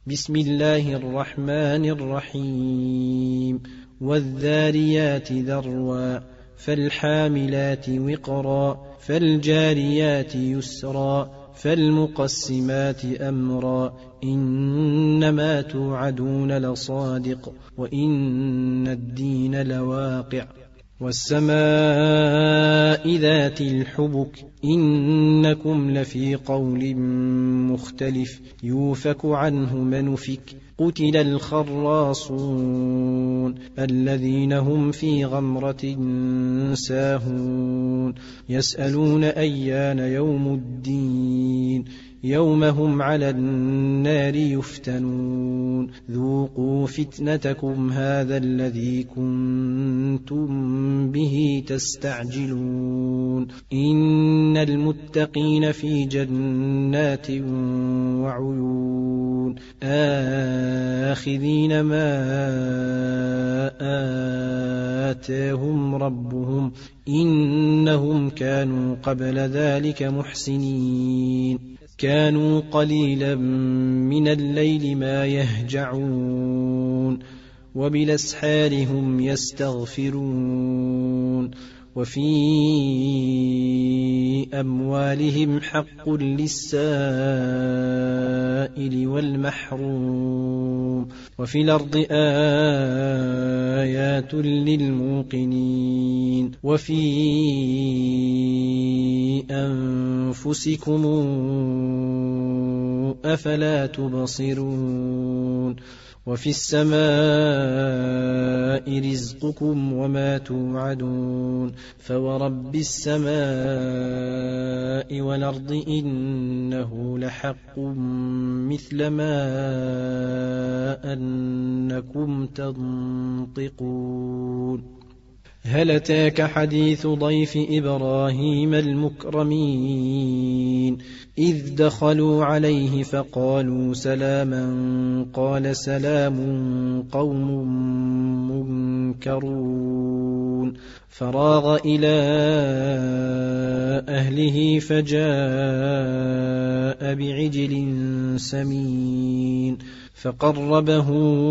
بسم الله الرحمن الرحيم والذاريات ذروا فالحاملات وقرا فالجاريات يسرا فالمقسمات أمرا إنما توعدون لصادق وإن الدين لواقع والسماء ذات الحبك إنكم لفي قول مختلف يوفك عنه من أفك قتل الخراصون الذين هم في غمرة ساهون يسألون أيان يوم الدين يوم هم على النار يفتنون ذوقوا فتنتكم هذا الذي كنتم به تستعجلون إن المتقين في جنات وعيون آخذين ما آتاهم ربهم إنهم كانوا قبل ذلك محسنين كانوا قليلا من الليل ما يهجعون وبالأسحار هم يستغفرون وفي أموالهم حق للسائل والمحروم وفي الأرض آيات للموقنين وفي أنفسكم أفلا تبصرون وفي السماء رزقكم وما توعدون فورب السماء والأرض إنه لحق مثل ما أنكم تنطقون هل أتاك حديث ضيف إبراهيم المكرمين إذ دخلوا عليه فقالوا سلاما قال سلام قوم منكرون فراغ إلى أهله فجاء بعجل سمين فقربه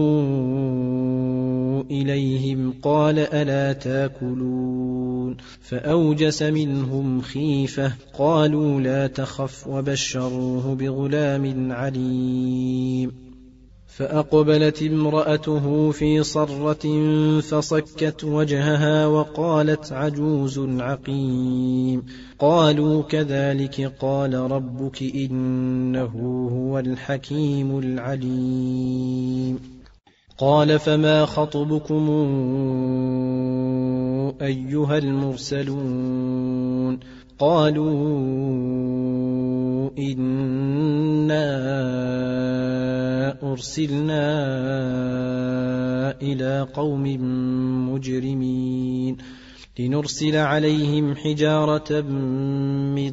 إليهم قال ألا تاكلون فأوجس منهم خيفة قالوا لا تخف وبشروه بغلام عليم فأقبلت امرأته في صرة فصكت وجهها وقالت عجوز عقيم قالوا كذلك قال ربك إنه هو الحكيم العليم قال فما خطبكم أيها المرسلون قالوا إنا أرسلنا إلى قوم مجرمين لنرسل عليهم حجارة من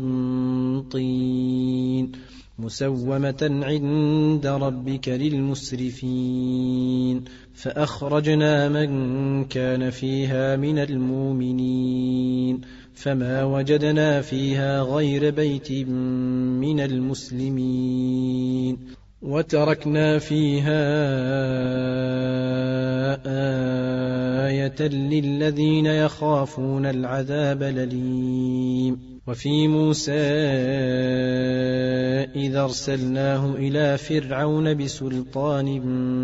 طين مسومة عند ربك للمسرفين فأخرجنا من كان فيها من المؤمنين فما وجدنا فيها غير بيت من المسلمين وتركنا فيها آية للذين يخافون العذاب الأليم وفي موسى إذا أرسلناه إلى فرعون بسلطان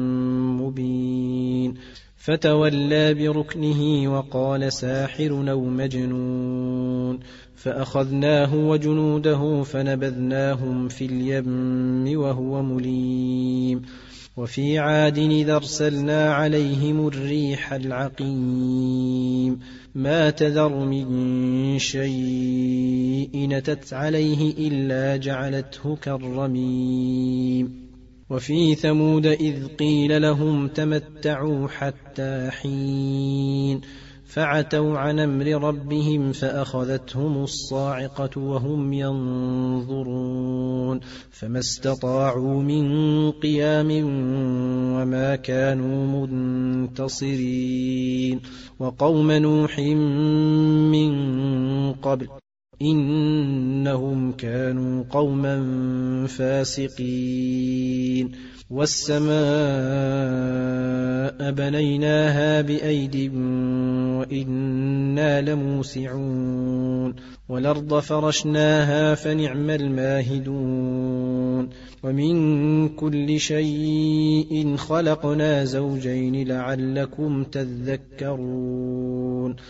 مبين فتولى بركنه وقال ساحر أو مجنون فأخذناه وجنوده فنبذناهم في اليم وهو مليم وفي عاد إذا أرسلنا عليهم الريح العقيم ما تذر من شيء نتت عليه إلا جعلته كالرميم وفي ثمود إذ قيل لهم تمتعوا حتى حين فعتوا عن أمر ربهم فأخذتهم الصاعقة وهم ينظرون فما استطاعوا من قيام وما كانوا منتصرين وقوم نوح من قبل إنهم كانوا قوما فاسقين والسماء بنيناها بأيد وإنا لموسعون والأرض فرشناها فنعم الماهدون ومن كل شيء خلقنا زوجين لعلكم تذكرون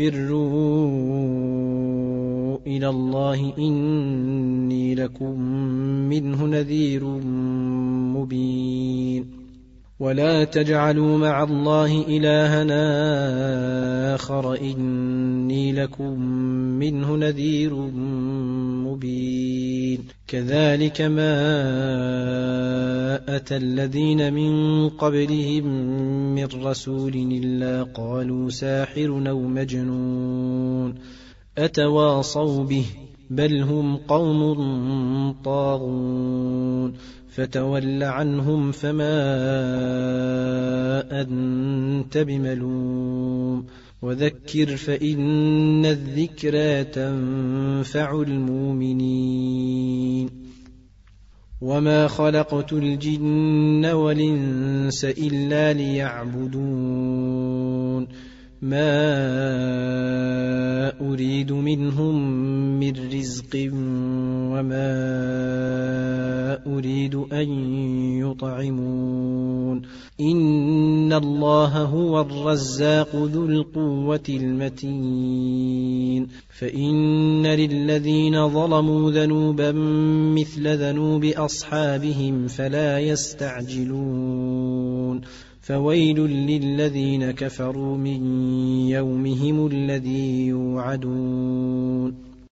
ففروا إلى الله إني لكم منه نذير مبين ولا تجعلوا مع الله إلهنا آخر إني لكم منه نذير مبين كذلك ما أتى الذين من قبلهم من رسول إلا قالوا ساحر أو مجنون أتواصوا به بل هم قوم طاغون فتول عنهم فما أنت بملوم وذكر فإن الذكرى تنفع المؤمنين وما خلقت الجن والإنس إلا ليعبدون ما أريد منهم من رزق وما أريد أن يطعمون إن الله هو الرزاق ذو القوة المتين فإن للذين ظلموا ذنوبا مثل ذنوب أصحابهم فلا يستعجلون فويل للذين كفروا من يومهم الذي يوعدون